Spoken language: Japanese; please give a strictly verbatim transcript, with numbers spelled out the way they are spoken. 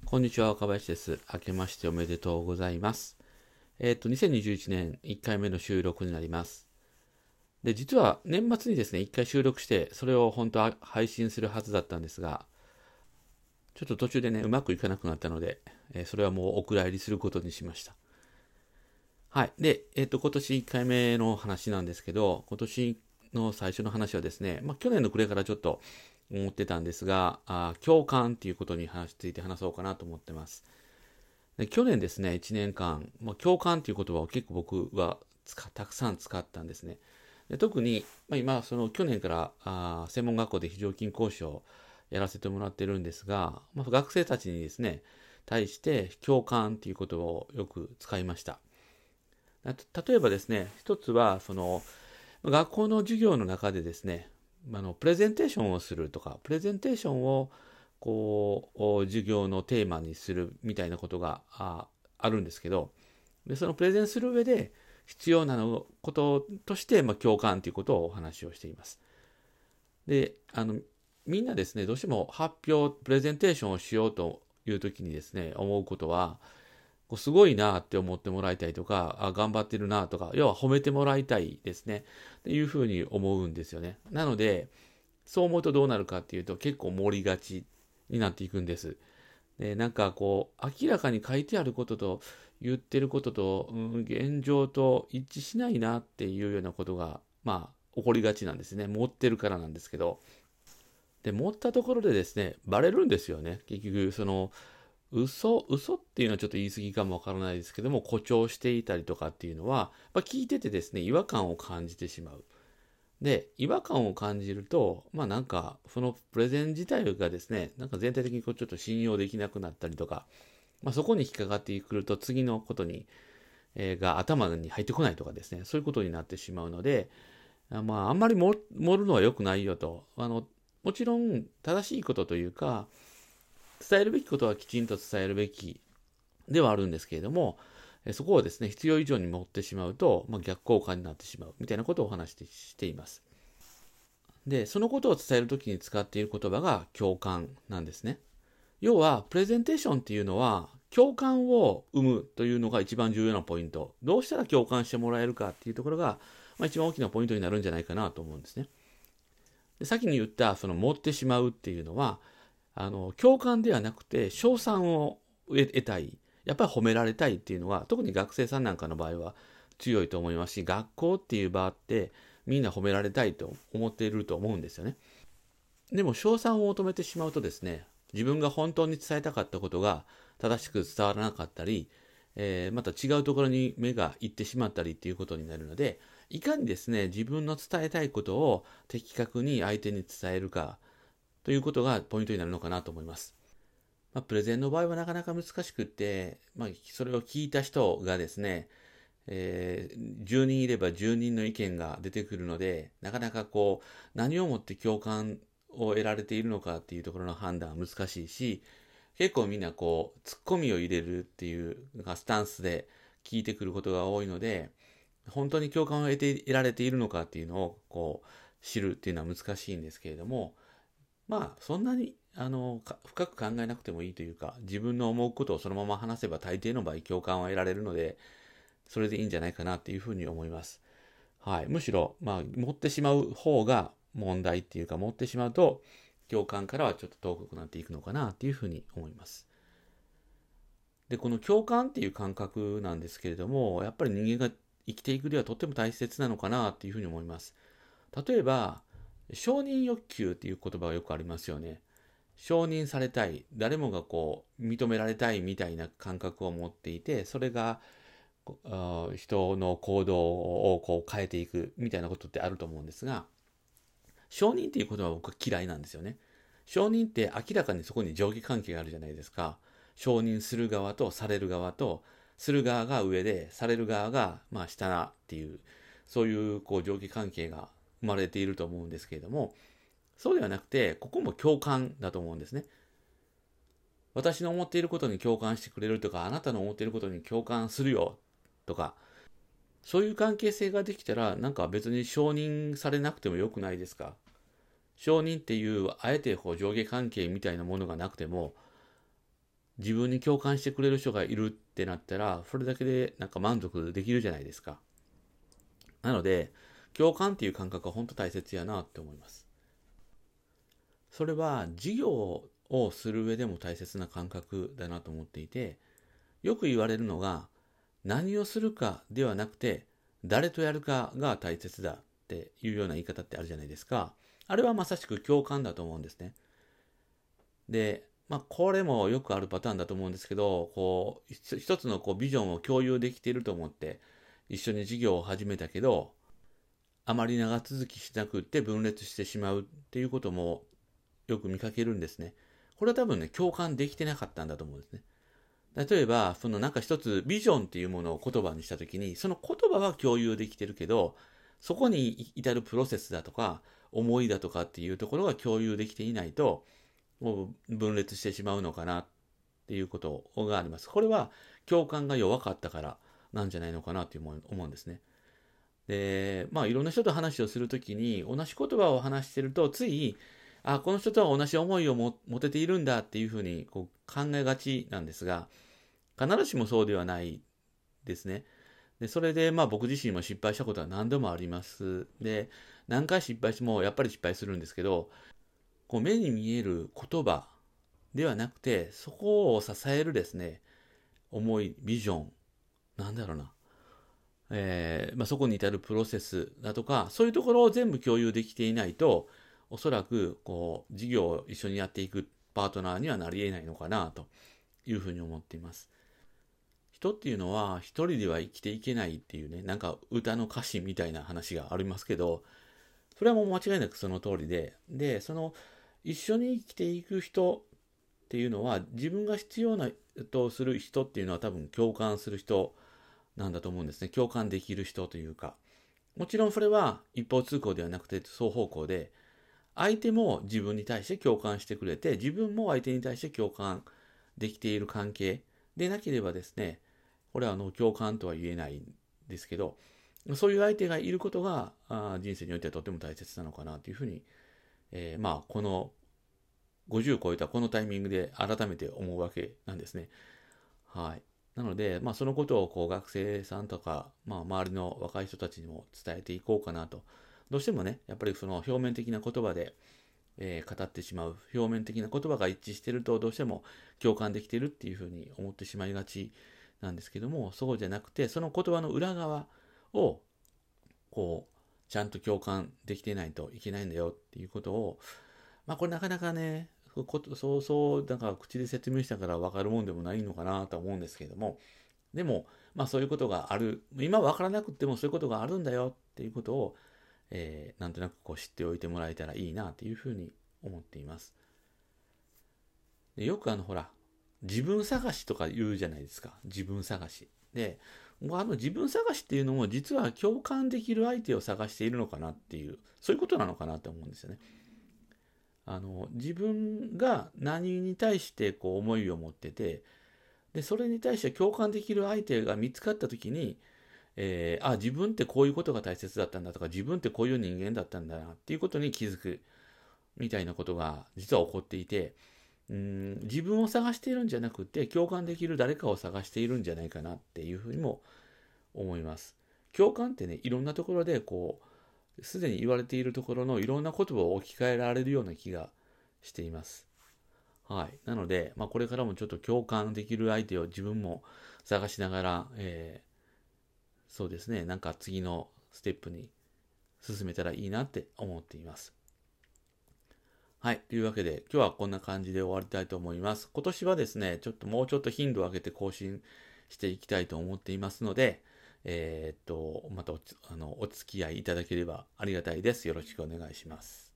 こんにちは、若林です。明けましておめでとうございます。えっと、にせんにじゅういちねんいっかいめの収録になります。で、実は年末にですね、いっかい収録して、それを本当は配信するはずだったんですが、ちょっと途中でね、うまくいかなくなったので、えーそれはもうお蔵入りすることにしました。はい。で、えっと、今年いっかいめの話なんですけど、今年の最初の話はですね、まあ、去年の暮れからちょっと思ってたんですが、あー共感っていうことに話ついて話そうかなと思ってます。で去年ですね、いちねんかん、まあ、共感という言葉を結構僕は使たくさん使ったんですね。で特に、まあ、今、その去年からあ専門学校で非常勤講師をやらせてもらってるんですが、まあ、学生たちにですね、対して共感という言葉をよく使いました。例えばですね、一つは、その、学校の授業の中でですね、あのプレゼンテーションをするとか、プレゼンテーションをこう授業のテーマにするみたいなことがああるんですけど、でそのプレゼンする上で必要なのこととして、まあ、共感ということをお話をしています。で、あのみんなですね、どうしても発表、プレゼンテーションをしようという時にですね、思うことは、こうすごいなって思ってもらいたいとか、あ頑張ってるなとか、要は褒めてもらいたいですね。っていうふうに思うんですよね。なので、そう思うとどうなるかっていうと、結構盛りがちになっていくんです。で、なんかこう、明らかに書いてあることと言ってることと、うん、現状と一致しないなっていうようなことが、まあ、起こりがちなんですね。持ってるからなんですけど。で、持ったところでですね、バレるんですよね。結局、その、嘘、嘘っていうのはちょっと言い過ぎかもわからないですけども、誇張していたりとかっていうのは、まあ、聞いててですね、違和感を感じてしまう。で、違和感を感じると、まあなんか、そのプレゼン自体がですね、なんか全体的にこうちょっと信用できなくなったりとか、まあそこに引っかかってくると次のことに、えーが頭に入ってこないとかですね、そういうことになってしまうので、あまああんまり盛るのは良くないよと。あの、もちろん正しいことというか、伝えるべきことはきちんと伝えるべきではあるんですけれども、そこをですね、必要以上に持ってしまうと、まあ、逆効果になってしまうみたいなことをお話ししています。で、そのことを伝えるときに使っている言葉が共感なんですね。要は、プレゼンテーションっていうのは、共感を生むというのが一番重要なポイント。どうしたら共感してもらえるかっていうところが、まあ、一番大きなポイントになるんじゃないかなと思うんですね。で先に言った、その持ってしまうっていうのは、あの、共感ではなくて、称賛を得たい。やっぱり褒められたいっていうのは、特に学生さんなんかの場合は強いと思いますし、学校っていう場ってみんな褒められたいと思っていると思うんですよね。でも、称賛を求めてしまうとですね、自分が本当に伝えたかったことが正しく伝わらなかったり、えーまた違うところに目が行ってしまったりっていうことになるので、いかにですね、自分の伝えたいことを的確に相手に伝えるかということがポイントになるのかなと思います。まあ、プレゼンの場合はなかなか難しくって、まあ、それを聞いた人がですね、えー、じゅうにんいればじゅうにんの意見が出てくるので、なかなかこう、何をもって共感を得られているのかっていうところの判断は難しいし、結構みんなこう、ツッコミを入れるっていうスタンスで聞いてくることが多いので、本当に共感を得て得られているのかっていうのをこう、知るっていうのは難しいんですけれども、まあ、そんなに、あの、深く考えなくてもいいというか、自分の思うことをそのまま話せば大抵の場合共感を得られるので、それでいいんじゃないかなっていうふうに思います。はい。むしろ、まあ、持ってしまう方が問題っていうか、持ってしまうと、共感からはちょっと遠くなっていくのかなっていうふうに思います。で、この共感っていう感覚なんですけれども、やっぱり人間が生きていくにはとっても大切なのかなっていうふうに思います。例えば、承認欲求っていう言葉がよくありますよね。承認されたい、誰もがこう認められたいみたいな感覚を持っていて、それが人の行動をこう変えていくみたいなことってあると思うんですが、承認っていう言葉は僕は嫌いなんですよね。承認って明らかにそこに上下関係があるじゃないですか。承認する側とされる側と、する側が上で、される側がまあ下っていう、そういうこう上下関係が生まれていると思うんですけれども、そうではなくて、ここも共感だと思うんですね。私の思っていることに共感してくれるとか、あなたの思っていることに共感するよとか、そういう関係性ができたら、なんか別に承認されなくてもよくないですか？承認っていう、あえてこう上下関係みたいなものがなくても、 自分に共感してくれる人がいるってなったら、それだけでなんか満足できるじゃないですか。なので、共感っていう感覚は本当大切やなって思います。それは事業をする上でも大切な感覚だなと思っていて、よく言われるのが、何をするかではなくて、誰とやるかが大切だっていうような言い方ってあるじゃないですか。あれはまさしく共感だと思うんですね。で、まあ、これもよくあるパターンだと思うんですけど、こう、一つのこうビジョンを共有できていると思って、一緒に事業を始めたけど、あまり長続きしなくって分裂してしまうっていうこともよく見かけるんですね。これは多分ね、共感できてなかったんだと思うんですね。例えば、そのなんか一つビジョンっていうものを言葉にしたときに、その言葉は共有できてるけど、そこに至るプロセスだとか、思いだとかっていうところが共有できていないと、もう分裂してしまうのかなっていうことがあります。これは共感が弱かったからなんじゃないのかなと思うんですね。で、まあいろんな人と話をするときに同じ言葉を話してるとつい、あ、この人とは同じ思いを持てているんだっていうふうにこう考えがちなんですが、必ずしもそうではないですね。で、それでまあ僕自身も失敗したことは何度もあります。で、何回失敗してもやっぱり失敗するんですけど、こう目に見える言葉ではなくて、そこを支えるですね、思い、ビジョン、なんだろうな、えーまあ、そこに至るプロセスだとか、そういうところを全部共有できていないと、おそらくこう事業を一緒にやっていくパートナーにはなり得ないのかなというふうに思っています。人っていうのは一人では生きていけないっていうね、なんか歌の歌詞みたいな話がありますけど、それはもう間違いなくその通りで、で、その一緒に生きていく人っていうのは自分が必要なとする人っていうのは多分共感する人なんだと思うんですね。共感できる人というか。もちろんそれは一方通行ではなくて双方向で、相手も自分に対して共感してくれて、自分も相手に対して共感できている関係でなければですね、これはあの共感とは言えないんですけど、そういう相手がいることが人生においてはとても大切なのかなというふうに、えー、まあこのごじゅうを超えたこのタイミングで改めて思うわけなんですね。はい。なので、まあそのことをこう学生さんとか、まあ周りの若い人たちにも伝えていこうかなと。どうしてもね、やっぱりその表面的な言葉で、えー、語ってしまう。表面的な言葉が一致しているとどうしても共感できているっていうふうに思ってしまいがちなんですけども、そうじゃなくて、その言葉の裏側を、こう、ちゃんと共感できていないといけないんだよっていうことを、まあこれなかなかね、そうそう、だから口で説明したから分かるもんでもないのかなと思うんですけれども、でも、まあそういうことがある、今分からなくてもそういうことがあるんだよっていうことを、えー、なんとなくこう知っておいてもらえたらいいなというふうに思っています。でよくあのほら、自分探しとか言うじゃないですか。自分探し。で、あの自分探しっていうのも実は共感できる相手を探しているのかなっていう、そういうことなのかなと思うんですよね。あの自分が何に対してこう思いを持ってて、でそれに対して共感できる相手が見つかった時に、えー、あ自分ってこういうことが大切だったんだとか、自分ってこういう人間だったんだなっていうことに気づくみたいなことが実は起こっていて、うーん自分を探しているんじゃなくて共感できる誰かを探しているんじゃないかなっていうふうにも思います。共感ってね、いろんなところでこうすでに言われているところのいろんな言葉を置き換えられるような気がしています。はい。なので、まあ、これからもちょっと共感できる相手を自分も探しながら、えー、そうですね、なんか次のステップに進めたらいいなって思っています。はい。というわけで、今日はこんな感じで終わりたいと思います。今年はですね、ちょっともうちょっと頻度を上げて更新していきたいと思っていますので、えー、っと、またお、あの、お付き合いいただければありがたいです。よろしくお願いします。